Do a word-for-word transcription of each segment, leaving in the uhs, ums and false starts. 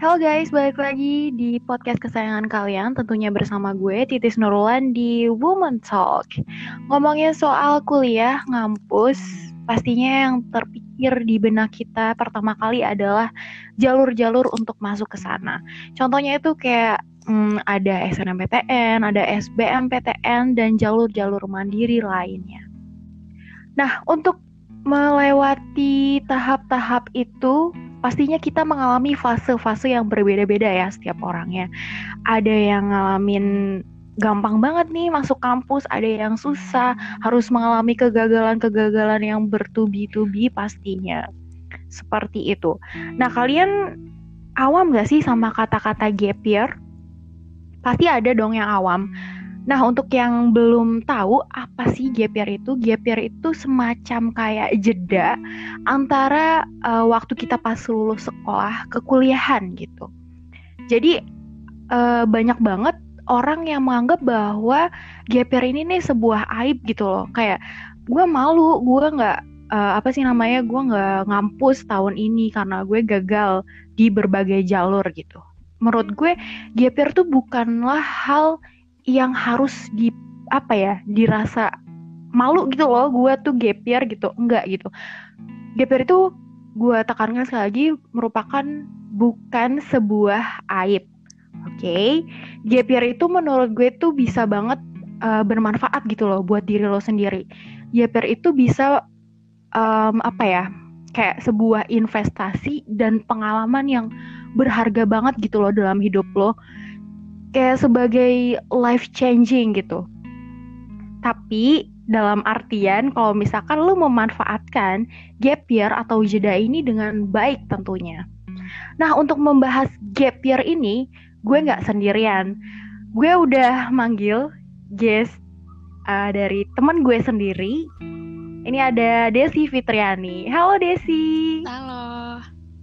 Halo guys, balik lagi di podcast kesayangan kalian, tentunya bersama gue Titis Nurulan di Woman Talk. Ngomongin soal kuliah, ngampus, pastinya yang terpikir di benak kita pertama kali adalah jalur-jalur untuk masuk ke sana. Contohnya itu kayak hmm, ada S N M P T N, ada S B M P T N, dan jalur-jalur mandiri lainnya. Nah, untuk melewati tahap-tahap itu, pastinya kita mengalami fase-fase yang berbeda-beda ya setiap orangnya. Ada yang ngalamin gampang banget nih masuk kampus, ada yang susah, harus mengalami kegagalan-kegagalan yang bertubi-tubi pastinya. Seperti itu. Nah, kalian awam gak sih sama kata-kata gap year? Pasti ada dong yang awam. Nah, untuk yang belum tahu apa sih gap year itu, gap year itu semacam kayak jeda antara uh, waktu kita pas lulus sekolah ke kuliahan gitu. Jadi uh, banyak banget orang yang menganggap bahwa gap year ini nih sebuah aib gitu loh. Kayak gue malu, gue nggak uh, apa sih namanya, gue nggak ngampus tahun ini karena gue gagal di berbagai jalur gitu. Menurut gue gap year tuh bukanlah hal yang harus di apa ya dirasa malu gitu loh, gue tuh gap year gitu, enggak gitu. Gap year itu gue tekankan sekali lagi merupakan bukan sebuah aib. Oke, okay? Gap year itu menurut gue tuh bisa banget uh, bermanfaat gitu loh buat diri lo sendiri. Gap year itu bisa um, apa ya kayak sebuah investasi dan pengalaman yang berharga banget gitu loh dalam hidup lo, kayak sebagai life changing gitu. Tapi dalam artian kalau misalkan lo memanfaatkan gap year atau jeda ini dengan baik tentunya. Nah, untuk membahas gap year ini, gue nggak sendirian. Gue udah manggil guest uh, dari teman gue sendiri. Ini ada Desi Fitriani. Halo Desi. Halo.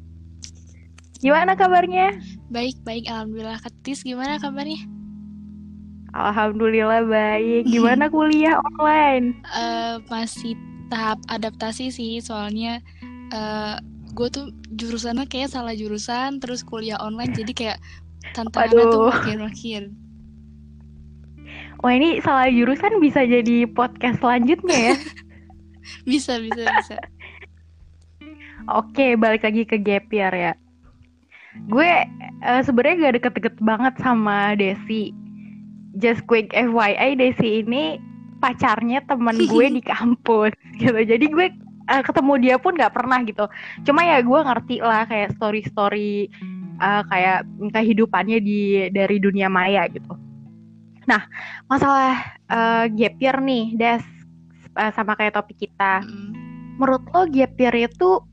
Gimana kabarnya? Baik-baik, alhamdulillah. Ketis, gimana kabarnya? Alhamdulillah baik. Gimana kuliah online? Uh, masih tahap adaptasi sih, soalnya uh, gue tuh jurusannya kayak salah jurusan, terus kuliah online, jadi kayak tantangannya tuh makin-makin. Wah, ini salah jurusan bisa jadi podcast selanjutnya ya? Bisa, bisa, bisa. Oke, balik lagi ke gap year ya. Gue uh, sebenarnya gak deket-deket banget sama Desi. Just quick F Y I, Desi ini pacarnya temen gue di kampus gitu. Jadi gue uh, ketemu dia pun gak pernah gitu. Cuma ya gue ngerti lah kayak story-story uh, kayak kehidupannya di dari dunia maya gitu. Nah, masalah uh, gap year nih, Des, uh, sama kayak topik kita. Mm. Menurut lo gap year itu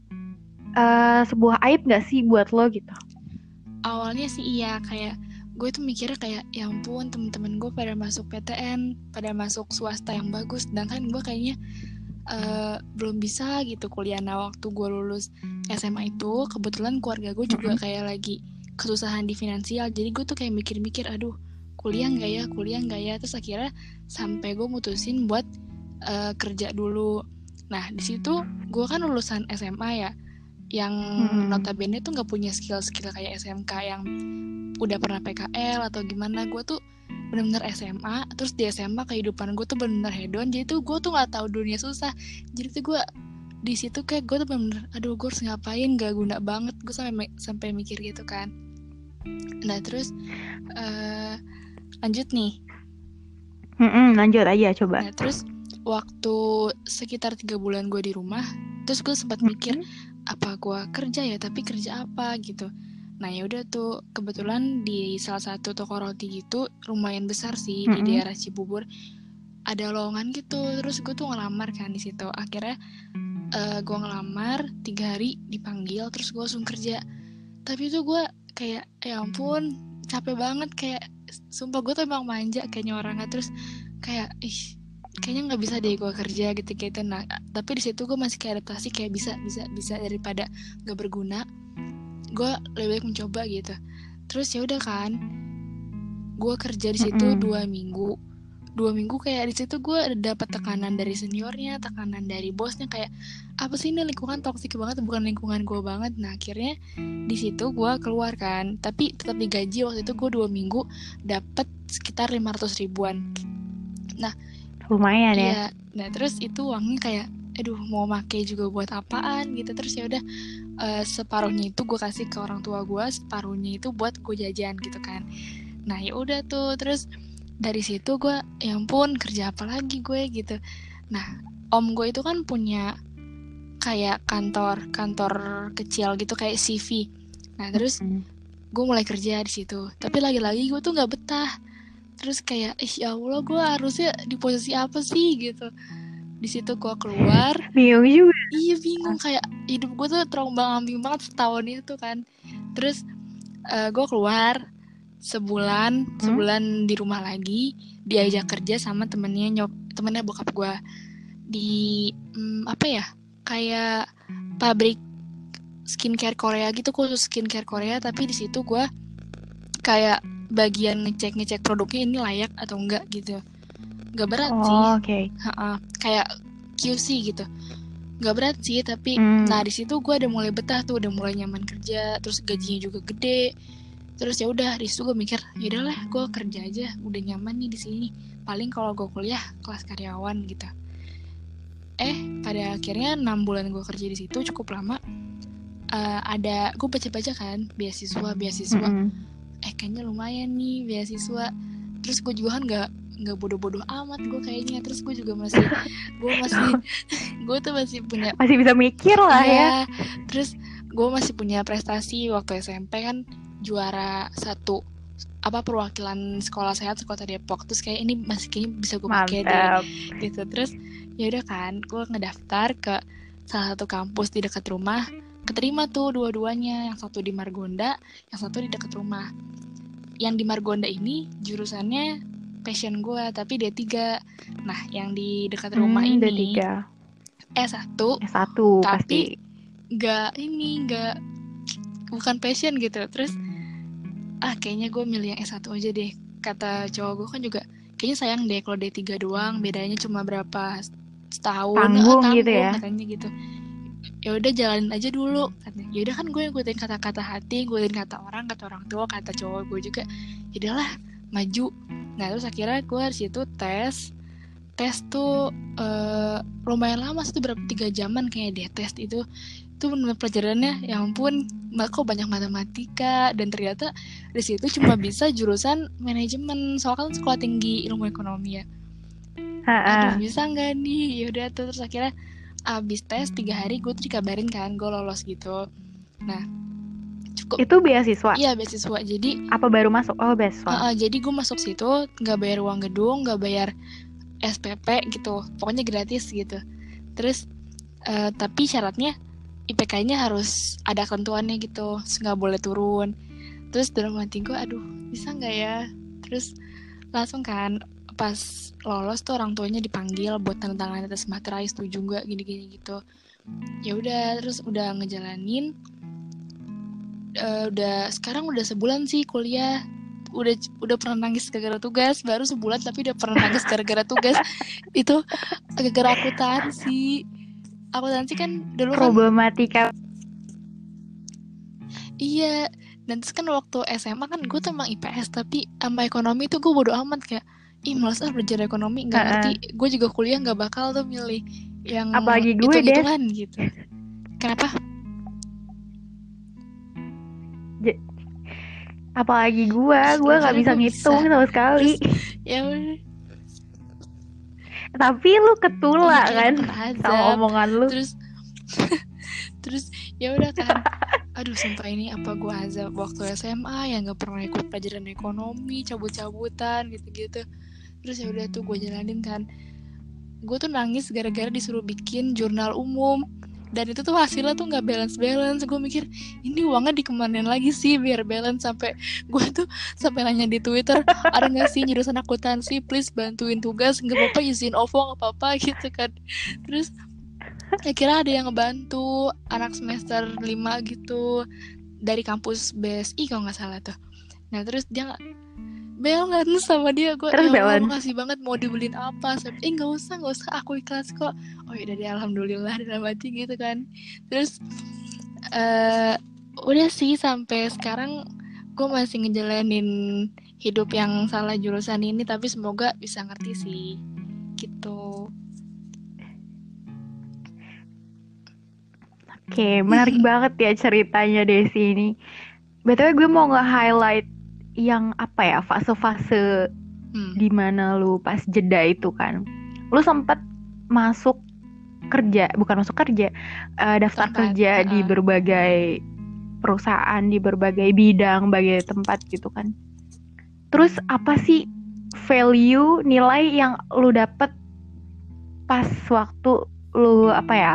uh, sebuah aib gak sih buat lo gitu? Awalnya sih iya, kayak gue tuh mikirnya kayak ya ampun temen-temen gue pada masuk P T N, pada masuk swasta yang bagus, sedangkan gue kayaknya uh, belum bisa gitu kuliah. Nah, waktu gue lulus S M A itu kebetulan keluarga gue juga mm-hmm. kayak lagi kesusahan di finansial, jadi gue tuh kayak mikir-mikir aduh kuliah nggak ya, kuliah nggak ya, terus akhirnya sampai gue mutusin buat uh, kerja dulu. Nah di situ gue kan lulusan S M A ya, yang hmm. notabene tuh nggak punya skill-skill kayak S M K yang udah pernah P K L atau gimana. Gue tuh benar-benar S M A, terus di S M A kehidupan gue tuh benar-benar hedon, jadi tuh gue tuh nggak tahu dunia susah. Jadi tuh gue di situ kayak gue tuh benar-benar aduh gue harus ngapain, gak guna banget. Gue sampai sampai mikir gitu kan. Nah terus uh, lanjut nih. Mm-mm, lanjut aja coba. Nah terus waktu sekitar tiga bulan gue di rumah, terus gue sempat mikir mm-hmm. apa gue kerja ya, tapi kerja apa gitu. Nah ya udah tuh kebetulan di salah satu toko roti gitu lumayan besar sih mm-hmm. di daerah Cibubur ada lowongan gitu. Terus gue tuh ngelamar kan di situ. Akhirnya uh, gue ngelamar tiga hari dipanggil, terus gue langsung kerja. Tapi tuh gue kayak ya ampun capek banget, kayak sumpah gue tuh emang manja kayaknya orangnya. Terus kayak ih kayaknya nggak bisa deh gue kerja gitu gitu. Nah tapi di situ gue masih kayak adaptasi, kayak bisa bisa bisa daripada nggak berguna, gue lebih baik mencoba gitu. Terus ya udah kan gue kerja di situ mm-hmm. dua minggu. dua minggu kayak di situ gue dapat tekanan dari seniornya, tekanan dari bosnya, kayak apa sih ini lingkungan toksik banget, bukan lingkungan gue banget. Nah akhirnya di situ gue keluar kan, tapi tetap digaji. Waktu itu gue dua minggu dapat sekitar lima ratus ribuan. Nah lumayan ya. iya, nah terus itu uangnya kayak aduh mau make juga buat apaan gitu. Terus ya udah uh, separuhnya itu gue kasih ke orang tua gue, separuhnya itu buat gue jajan gitu kan. Nah ya udah tuh, terus dari situ gue ya ampun kerja apa lagi gue gitu. Nah om gue itu kan punya kayak kantor kantor kecil gitu kayak C V. Nah terus Hmm. gue mulai kerja di situ, tapi lagi-lagi gue tuh nggak betah. Terus kayak ih ya Allah, gue harusnya di posisi apa sih gitu. Di situ gue keluar, Bingung juga. iya bingung, kayak hidup gue tuh terombang-ambing banget setahun itu kan. Terus uh, gue keluar sebulan hmm? sebulan di rumah lagi, diajak kerja sama temennya nyok temennya bokap gue di hmm, apa ya kayak pabrik skincare Korea gitu, khusus skincare Korea. Tapi di situ gue kayak bagian ngecek ngecek produknya ini layak atau enggak gitu. Gak berat oh, sih, okay. kayak Q C gitu. Gak berat sih, tapi hmm. nah di situ gue udah mulai betah tuh, udah mulai nyaman kerja, terus gajinya juga gede. Terus ya udah di situ gue mikir, yaudahlah gue kerja aja, udah nyaman nih di sini. Paling kalau gue kuliah kelas karyawan gitu. Eh pada akhirnya enam bulan gue kerja di situ cukup lama. Uh, ada gue baca-baca kan beasiswa beasiswa. Mm-hmm. Eh kayaknya lumayan nih beasiswa. Terus gue juga kan nggak nggak bodoh-bodoh amat gue kayaknya. Terus gue juga masih gue masih gue tuh masih punya masih bisa mikir lah ya, ya. Terus gue masih punya prestasi waktu S M P kan, juara satu apa perwakilan sekolah sehat sekota Depok. Terus kayak ini masih kayaknya bisa gue pakai deh gitu. Terus ya udah kan gue ngedaftar ke salah satu kampus di dekat rumah, keterima tuh dua-duanya, yang satu di Margonda, yang satu di dekat rumah. Yang di Margonda ini jurusannya passion gue tapi D tiga. Nah yang di dekat rumah hmm, ini D tiga S satu S satu tapi pasti nggak ini nggak bukan passion gitu. Terus ah kayaknya gue milih yang S satu aja deh, kata cowok gue kan juga kayaknya sayang deh kalau D tiga doang, bedanya cuma berapa setahun, tanggung, ah, tanggung gitu ya katanya gitu. Ya udah jalanin aja dulu katanya. Ya udah kan gue ngikutin kata-kata hati, gue ngikutin kata orang, kata orang tua, kata cowok gue juga. Yaudahlah maju. Nah terus akhirnya gue di situ tes tes tuh uh, lumayan lama sih, berapa tiga jaman kayak dia tes itu. Itu benar pelajarannya ya ampun, kok banyak matematika, dan ternyata di situ cuma bisa jurusan manajemen, soalnya kan sekolah tinggi ilmu ekonomi ya. Ha-ha. Aduh bisa nggak nih? Yaudah tuh terus akhirnya abis tes tiga hari gue tuh dikabarin kan gue lolos gitu. Nah cukup. Itu beasiswa? Iya beasiswa. Jadi apa baru masuk? Oh beasiswa. Uh, uh, jadi gue masuk situ nggak bayar uang gedung, nggak bayar S P P gitu, pokoknya gratis gitu. Terus uh, tapi syaratnya I P K-nya harus ada ketentuannya gitu, nggak boleh turun. Terus dalam hati gue, aduh bisa nggak ya? Terus langsung kan pas lolos tuh orang tuanya dipanggil buat tanda tangan atas materai, setuju nggak gini-gini gitu. Ya udah terus udah ngejalanin. Uh, udah sekarang udah sebulan sih kuliah. Udah udah pernah nangis gara-gara tugas, baru sebulan tapi udah pernah nangis gara-gara tugas. Itu gara-gara akuntansi. Akuntansi kan dulu problematika. Kan, iya, dan terus kan waktu S M A kan gue tuh emang I P S, tapi sama ekonomi tuh gue bodo amat, kayak ih males ah belajar ekonomi, nggak ngerti. Gue juga kuliah nggak bakal tuh milih yang apalagi gue hitung-hitungan gitu. Kenapa? J- apalagi gue, gue nggak bisa ngitung sama sekali. Terus, ya udah. Tapi lu ketulak iya, kan sama omongan lu. Terus terus ya udah kan. Aduh sumpah ini apa gue azab waktu S M A yang nggak pernah ikut pelajaran ekonomi, cabut-cabutan gitu-gitu. Terus ya udah tuh gue jalanin kan. Gue tuh nangis gara-gara disuruh bikin jurnal umum, dan itu tuh hasilnya tuh nggak balance-balance. Gue mikir ini uangnya dikemanin lagi sih biar balance. Sampai gue tuh sampai nanya di Twitter, ada nggak sih jurusan akuntansi please bantuin tugas, nggak apa-apa izin O V O nggak apa-apa gitu kan. Terus akhirnya ada yang ngebantu anak semester lima gitu dari kampus B S I kalau nggak salah tuh. Nah terus dia balance sama dia. Gue Terus ya Allah balance. makasih banget, mau dibeliin apa. Sampai, eh nggak usah nggak usah, aku ikhlas kok. Oh ya dari alhamdulillah dalam hati gitu kan. Terus uh, udah sih sampai sekarang gue masih ngejalanin hidup yang salah jurusan ini, tapi semoga bisa ngerti sih gitu. Oke, menarik banget ya ceritanya Desi ini. B T W gue mau nge-highlight yang apa ya, fase-fase hmm. di mana lu pas jeda itu kan. Lu sempat masuk kerja, bukan masuk kerja, uh, daftar Tempat, kerja uh-uh. di berbagai perusahaan, di berbagai bidang, berbagai tempat gitu kan. Terus apa sih value, nilai yang lu dapet pas waktu lu apa ya,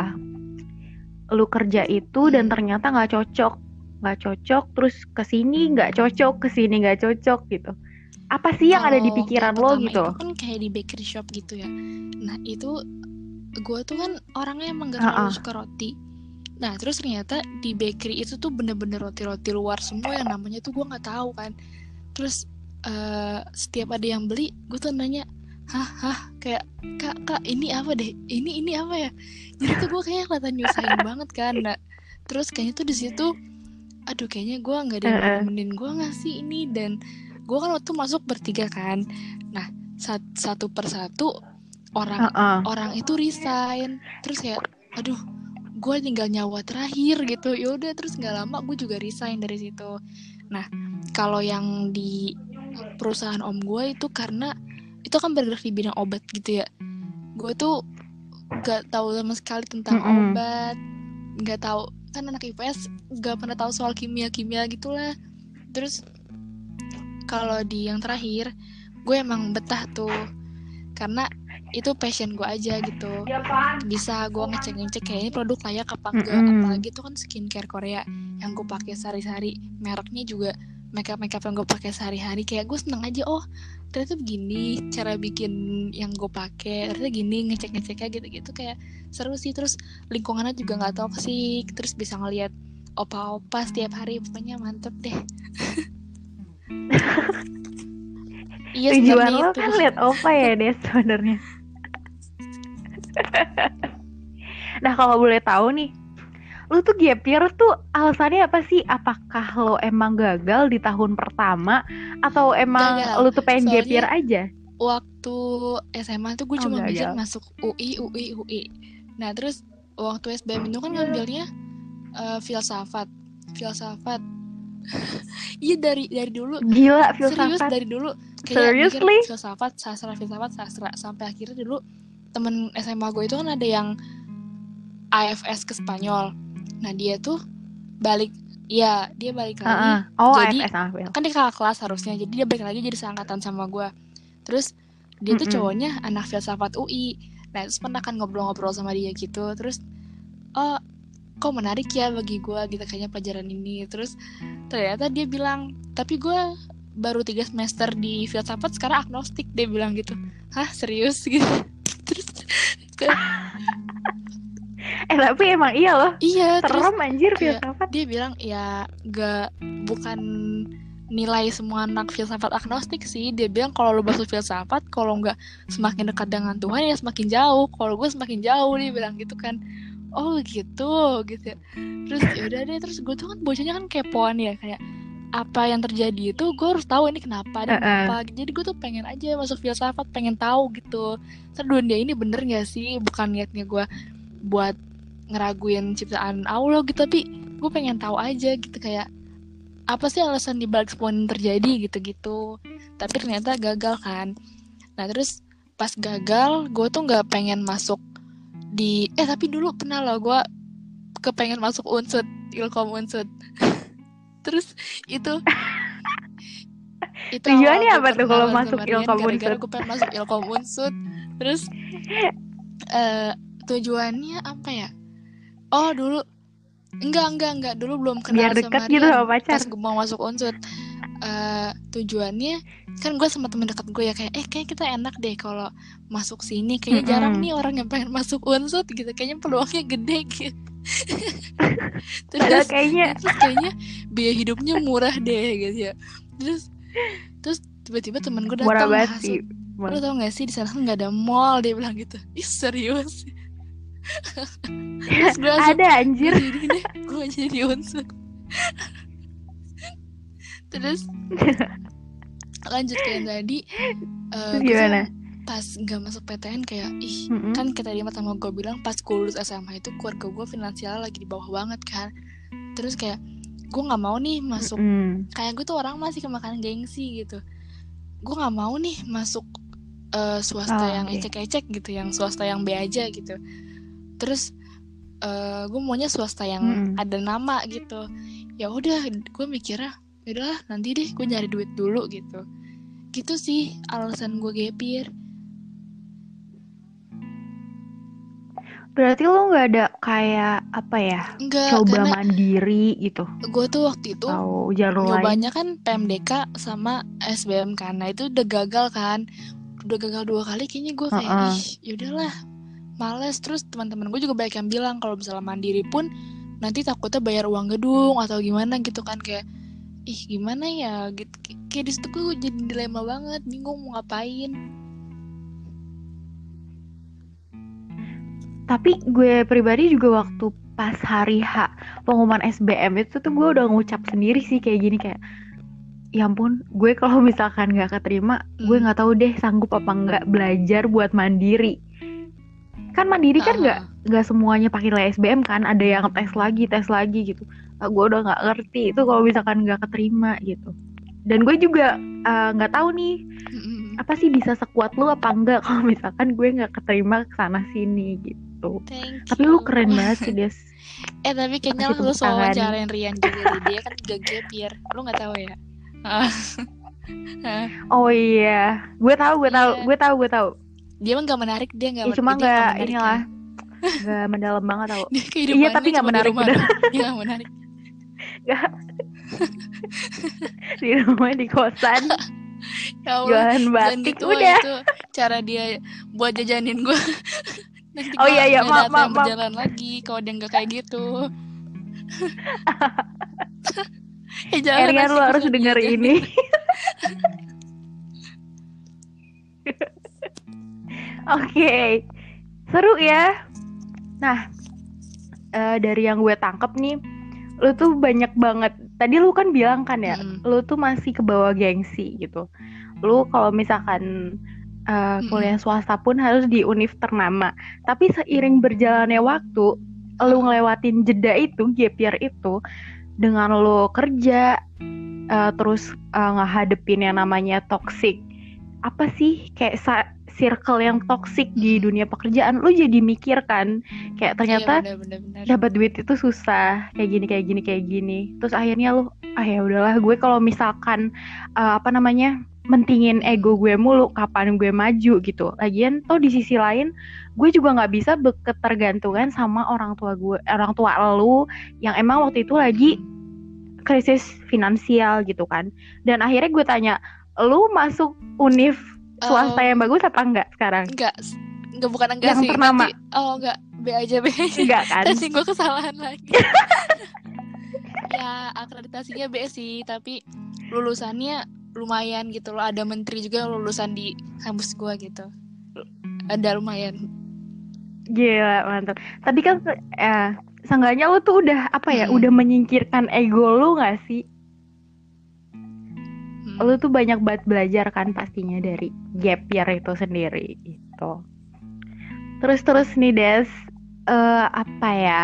lu kerja itu dan ternyata nggak cocok, nggak cocok, terus kesini nggak cocok, kesini nggak cocok gitu. Apa sih yang Kalo ada di pikiran lo gitu? Itu kan kayak di bakery shop gitu ya. Nah itu gue tuh kan orangnya emang gak terlalu uh-uh. suka roti. Nah terus ternyata di bakery itu tuh bener-bener roti-roti luar semua yang namanya tuh gue nggak tahu kan. Terus uh, setiap ada yang beli, gue tuh nanya, hah hah kayak kak kak ini apa deh, ini ini apa ya. Jadi tuh gue kayaknya kelihatan nyusahin banget kan. Nah terus kayaknya tuh di situ, aduh kayaknya gue nggak ada yang uh-uh. nemenin gue nggak sih ini. Dan gue kan waktu masuk bertiga kan. Nah satu persatu orang uh-uh. orang itu resign. Terus kayak aduh gue tinggal nyawa terakhir gitu. Yaudah terus nggak lama gue juga resign dari situ. Nah kalau yang di perusahaan om gue itu karena itu kan bergerak di bidang obat gitu ya. Gue tuh nggak tahu sama sekali tentang mm-hmm. obat, nggak tahu kan anak I P S nggak pernah tahu soal kimia kimia gitulah. Terus kalau di yang terakhir gue emang betah tuh karena itu passion gue aja gitu. Bisa gue ngecek-ngecek kayak ini produk layak apa enggak. Mm-hmm. Apalagi itu kan skincare Korea yang gue pakai sehari-hari, mereknya juga makeup makeup yang gue pakai sehari-hari. Kayak gue seneng aja, oh ternyata begini cara bikin yang gue pakai, ternyata gini ngecek-ngeceknya gitu-gitu, kayak seru sih. Terus lingkungannya juga nggak toksik, terus bisa ngelihat opa-opa setiap hari, pokoknya mantep deh. Iya tujuan lo itu. Kan lihat opa ya Des sebenarnya. Nah kalau boleh tahu nih, lu tuh gap year tuh alasannya apa sih? Apakah lo emang gagal di tahun pertama atau emang gagal. Lu tuh pengen soalnya gap year aja? Waktu S M A tuh gue oh, cuma mikir masuk U I, U I, U I. Nah terus waktu S B M itu kan ngambilnya uh, filsafat, filsafat. Iya dari dari dulu. Gila filsafat. Serius dari dulu. Kayak mikir filsafat, sastra, filsafat, sastra. Sampai akhirnya dulu temen S M A gue itu kan ada yang A F S ke Spanyol. Nah dia tuh balik, ya dia balik lagi. Uh-uh. Oh jadi, A F S ambil. Kan dia kakak kelas harusnya, jadi dia balik lagi jadi seangkatan sama gue. Terus dia Mm-mm. tuh cowoknya anak filsafat U I. Nah terus pernah kan ngobrol-ngobrol sama dia gitu. Terus oh kok menarik ya bagi gue gitu kayaknya pelajaran ini. Terus ternyata dia bilang, tapi gue baru tiga semester di filsafat sekarang agnostik, dia bilang gitu. Hah serius gitu. Terus ke Eh tapi emang iya loh. Iya. Serem anjir filsafat. Dia bilang ya gak, bukan nilai semua anak filsafat agnostik sih. Dia bilang kalau lu masuk filsafat, kalau gak semakin dekat dengan Tuhan ya semakin jauh. Kalau gue semakin jauh, dia bilang gitu kan. Oh gitu gitu. Terus yaudah deh. Terus gue tuh kan bocahnya kan kepoan ya, kayak apa yang terjadi itu gue harus tahu ini kenapa dan uh-uh. apa. Jadi gue tuh pengen aja masuk filsafat, pengen tahu gitu. Terus dunia ini bener gak sih? Bukan niatnya gue buat ngeraguin ciptaan Allah gitu, tapi gue pengen tahu aja gitu, kayak apa sih alasan dibalik semua yang terjadi gitu-gitu. Tapi ternyata gagal kan. Nah terus pas gagal gue tuh nggak pengen masuk di eh tapi dulu pernah loh gue kepengen masuk Unsud, Ilkom Unsud. Terus itu itu tujuannya apa tuh kalau masuk Ilkom Unsud? Gara-gara gue pengen masuk Ilkom Unsud. Terus uh, tujuannya apa ya? Oh dulu enggak enggak enggak dulu belum kenal sama gitu sama pacar. Pas gue mau masuk Unsud, uh, tujuannya kan gue sama temen dekat gue ya kayak eh kayak kita enak deh kalau masuk sini, kayaknya mm-hmm. jarang nih orang yang pengen masuk Unsud gitu, kayaknya peluangnya gede gitu. terus kayaknya terus kayaknya biaya hidupnya murah deh gitu ya. Terus terus Tiba-tiba temen gue Murah datang banget hasut, sih. lo tau gak sih di sana nggak ada mall, dia bilang gitu. Ih serius. Terus gue langsung, Ada anjir. gue jadi deh, gue jadi unsur. Terus lanjut ke yang tadi, uh, gue tuh pas nggak masuk P T N kayak ih mm-hmm. kan kita di pertama gue bilang pas gue lulus S M A itu keluarga gue finansial lagi di bawah banget kan. Terus kayak gue nggak mau nih masuk, mm-hmm. kayak gue tuh orang masih kemakan gengsi gitu. Gue nggak mau nih masuk uh, swasta oh, yang okay. ecek-ecek gitu, yang swasta yang B aja gitu. Terus uh, gue maunya swasta yang mm-hmm. ada nama gitu. Ya udah, gue mikirnya udahlah nanti deh gue nyari duit dulu gitu. Gitu sih alasan gue gap year. Berarti lo nggak ada kayak apa ya? Enggak, coba mandiri gitu. Gue tuh waktu itu oh, nyobanya kan P M D K sama S B M kan. Nah itu udah gagal kan. Udah gagal dua kali kayaknya gue kayak uh-uh. ih yaudahlah males. Terus teman-teman gue juga banyak yang bilang kalau misalnya mandiri pun nanti takutnya bayar uang gedung atau gimana gitu kan, kayak ih gimana ya gitu. Kayak di situ gue jadi dilema banget, bingung mau ngapain. Tapi gue pribadi juga waktu pas hari H pengumuman S B M itu tuh gue udah ngucap sendiri sih kayak gini, kayak ya ampun gue kalau misalkan gak keterima hmm. gue gak tahu deh sanggup apa gak belajar buat mandiri. Kan mandiri kan uh-huh. gak, gak semuanya pakai nilai S B M kan, ada yang tes lagi tes lagi gitu. Nah, gue udah gak ngerti itu kalau misalkan gak keterima gitu. Dan gue juga uh, gak tahu nih mm-hmm. apa sih bisa sekuat lu apa enggak kalau misalkan gue gak keterima kesana sini gitu. Tapi lu keren banget sih Des. Eh tapi kayaknya lu soal wawancarain Rian juga, dia kan gak gap year, lu nggak tahu ya? Oh iya, gue tahu gue tahu yeah. gue tahu gue tahu. Dia mah nggak menarik, dia nggak. Ya, cuma nggak inilah, nggak mendalam banget tau. Iya tapi nggak menarik bener. Dia nggak menarik. Nggak. Di rumah di kosan. Ya jualan batik gitu, udah. Itu cara dia buat jajanin gue. Nanti oh iya iya maaf maaf maaf berjalan lagi kalau dia nggak kayak gitu. eh, Erian lu harus denger ini. Oke, okay. Seru ya. Nah, uh, dari yang gue tangkep nih, lu tuh banyak banget. Tadi lu kan bilang kan ya, mm. lu tuh masih kebawa gengsi gitu. Lu kalau misalkan Uh, kuliah swasta pun harus di univ ternama. Tapi seiring berjalannya waktu, lu ngelewatin jeda itu, gap year itu, dengan lu kerja, uh, terus uh, ngehadepin yang namanya toxic. Apa sih kayak sa- circle yang toxic di dunia pekerjaan, lu jadi mikir kan, kayak ternyata iya, dapat duit itu susah, kayak gini kayak gini kayak gini. Terus akhirnya lu, ah ya udahlah, gue kalau misalkan uh, apa namanya mentingin ego gue mulu, kapan gue maju gitu. Lagian tuh di sisi lain gue juga nggak bisa ketergantungan sama orang tua gue, orang tua lu yang emang waktu itu lagi krisis finansial gitu kan. Dan akhirnya gue tanya, lu masuk univ swasta um, yang bagus apa enggak sekarang? Enggak, enggak bukan enggak yang sih. Ternama. Nanti, oh enggak, B aja B aja. Enggak kan? Kasih gue kesalahan lagi. Ya akreditasinya B sih, tapi lulusannya lumayan gitu loh, ada menteri juga lulusan di kampus gue gitu, ada lumayan. Gila mantap. Tapi kan eh, seenggaknya lu tuh udah apa ya, hmm. udah menyingkirkan ego lu nggak sih? Hmm. Lu tuh banyak banget belajar kan pastinya dari gap year itu sendiri itu. Terus terus nih Des, uh, apa ya?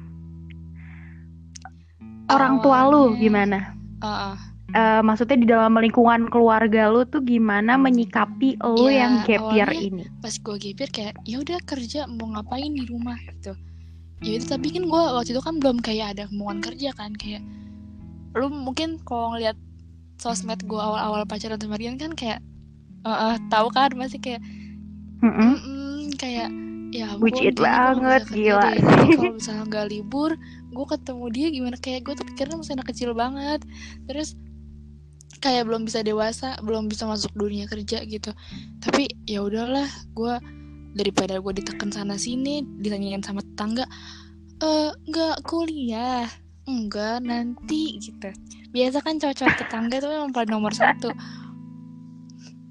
Orang Awalnya, tua lu gimana? Uh, Uh, maksudnya di dalam lingkungan keluarga lu tuh gimana menyikapi lu ya, yang gap year ini? Pas gue gap year kayak ya udah kerja, mau ngapain di rumah gitu. Ya itu, tapi kan gue waktu itu kan belum kayak ada kemauan kerja kan, kayak lu mungkin kalau ngeliat sosmed gue awal-awal pacaran sama Rian kan kayak uh, uh, tahu kan masih kayak mm-mm, kayak ya ampun, bucin banget gila. Kalau misalnya nggak libur gue ketemu dia gimana, kayak gue tuh pikirnya masih anak kecil banget. Terus kayak belum bisa dewasa, belum bisa masuk dunia kerja gitu. Tapi ya udahlah, gue daripada gue ditekan sana sini, ditanyain sama tetangga, eh nggak kuliah, enggak nanti gitu. Biasa kan cowok-cowok tetangga tuh memang paling nomor satu.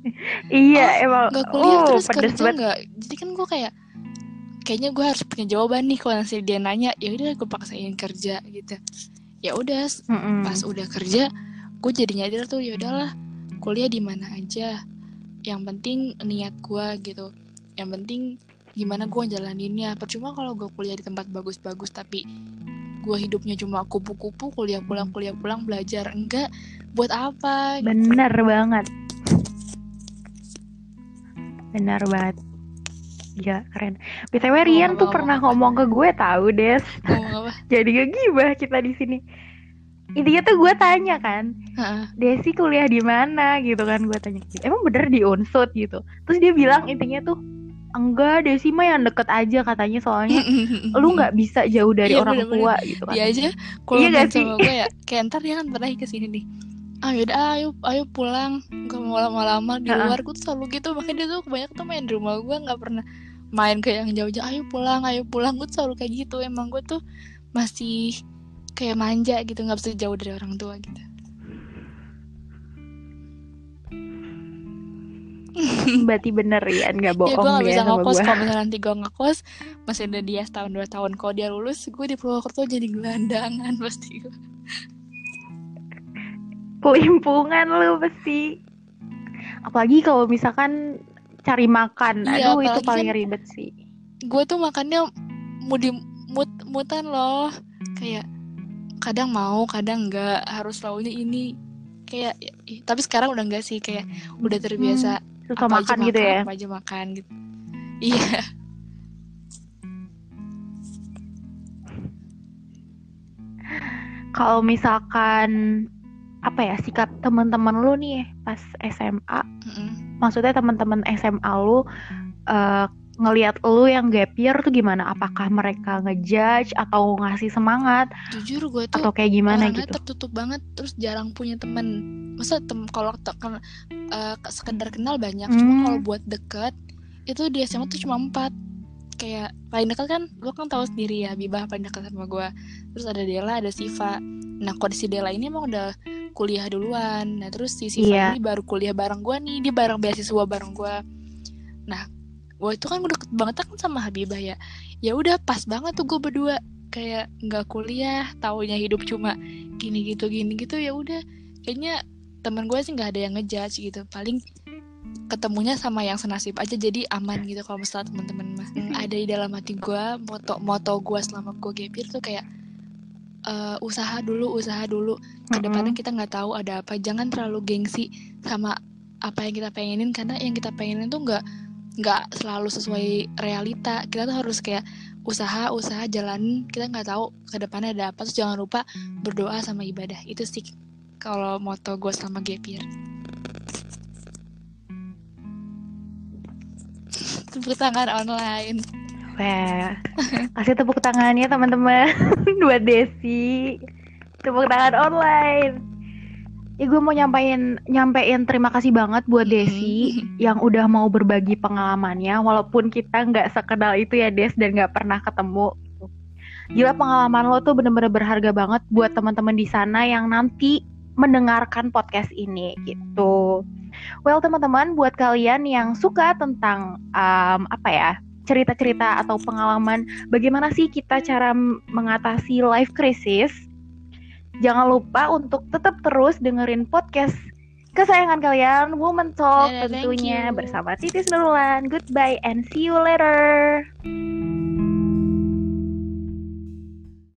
Iya Oh, emang. nggak kuliah Oh terus pedes kerja banget. nggak? Jadi kan gue kayak kayaknya gue harus punya jawaban nih kalau nanti dia nanya. Ya udah gue paksain kerja gitu. Ya udah pas Mm-mm. udah kerja gue jadi nyadar tuh ya udahlah kuliah di mana aja. Yang penting niat gue gitu. Yang penting gimana gue jalaninnya. Percuma kalau gue kuliah di tempat bagus-bagus tapi gue hidupnya cuma kupu-kupu, kuliah pulang kuliah pulang belajar enggak, buat apa gitu. Bener banget. Benar banget. Ya keren. B T W Rian tuh pernah ngomong ke gue tahu Des. Ngomong apa? Jadi gak gibah kita di sini. Intinya tuh gue tanya kan, Ha-ha. Desi kuliah di mana gitu kan, gue tanya gitu. Emang bener di Unsud gitu. Terus dia bilang intinya tuh enggak, Desi mah yang deket aja katanya, soalnya lu nggak bisa jauh dari Iya, orang bener-bener. tua gitu Dia katanya. aja kalau Iya main gak sih? sama gue ya kayak ntar dia kan pernah kesini nih, ah yaudah ayo ayo pulang, gak mau lama-lama di luar. Gue tuh selalu gitu, makanya dia tuh kebanyakan tuh main di rumah gue, nggak pernah main ke yang jauh-jauh. Ayo pulang ayo pulang, gue tuh selalu kayak gitu. Emang gue tuh masih kayak manja gitu, nggak bisa jauh dari orang tua gitu. Berarti bener Rian nggak Ya gue bohong nggak dia bisa sama ngekos. gue. Kalau misalnya nanti gue ngekos masih ada dia setahun dua tahun, kalau dia lulus gue di Purwokerto jadi gelandangan pasti gue. Kelimpungan lu pasti. Apalagi kalau misalkan cari makan, Iya, aduh itu apalagi paling kan ribet sih. gue tuh makannya mudi mut mutan loh, kayak kadang mau kadang enggak, harus launya ini kayak ih, tapi sekarang udah enggak sih, kayak udah terbiasa. Hmm, susah apa aja makan gitu makan ya. apa aja makan gitu. Iya. Kalau misalkan apa ya sikap teman-teman lu nih pas S M A, Mm-mm. maksudnya teman-teman S M A lu uh, ngelihat lu yang gap year tuh gimana? Apakah mereka ngejudge atau ngasih semangat Jujur gue tuh atau kayak gimana orangnya gitu? tertutup banget, terus jarang punya temen. Masa tem kalau te- kan, uh, sekedar kenal banyak, cuma kalau Hmm, buat deket itu di S M A tuh cuma empat. Kayak paling dekat kan lo kan tahu sendiri ya, Bibah paling dekat sama gue, terus ada Dela, ada Siva. Nah kondisi Dela ini emang udah kuliah duluan, nah terus si Siva iya. ini baru kuliah bareng gue nih, dia bareng beasiswa bareng gue. Nah gue itu kan udah deket banget kan sama Habibah ya, ya udah pas banget tuh gue berdua kayak nggak kuliah, taunya hidup cuma gini gitu gini gitu. Ya udah kayaknya teman gue sih nggak ada yang ngejudge gitu, paling ketemunya sama yang senasib aja, jadi aman gitu. Kalau misalnya teman-teman mah ada di dalam hati gue, moto moto gue selama gue gap year tuh kayak uh, usaha dulu usaha dulu kedepannya. Mm-mm. Kita nggak tahu ada apa, jangan terlalu gengsi sama apa yang kita pengenin, karena yang kita pengenin tuh nggak nggak selalu sesuai realita. Kita tuh harus kayak usaha usaha jalanin, kita nggak tahu kedepannya ada apa. Terus jangan lupa berdoa sama ibadah. Itu sih kalau moto gue selama gap year. Tepuk tangan online. Wah, kasih tepuk tangannya teman-teman buat Desi. Tepuk tangan online. Ya gue mau nyampein nyampein terima kasih banget buat Desi yang udah mau berbagi pengalamannya, walaupun kita nggak sekenal itu ya Des, dan nggak pernah ketemu. Gila, pengalaman lo tuh bener-bener berharga banget buat teman-teman di sana yang nanti mendengarkan podcast ini gitu. Well teman-teman, buat kalian yang suka tentang um, apa ya cerita-cerita atau pengalaman bagaimana sih kita cara mengatasi life crisis, jangan lupa untuk tetap terus dengerin podcast kesayangan kalian, Woman Talk, Dadah, tentunya thank you. bersama Titis Nurulan. Goodbye and see you later.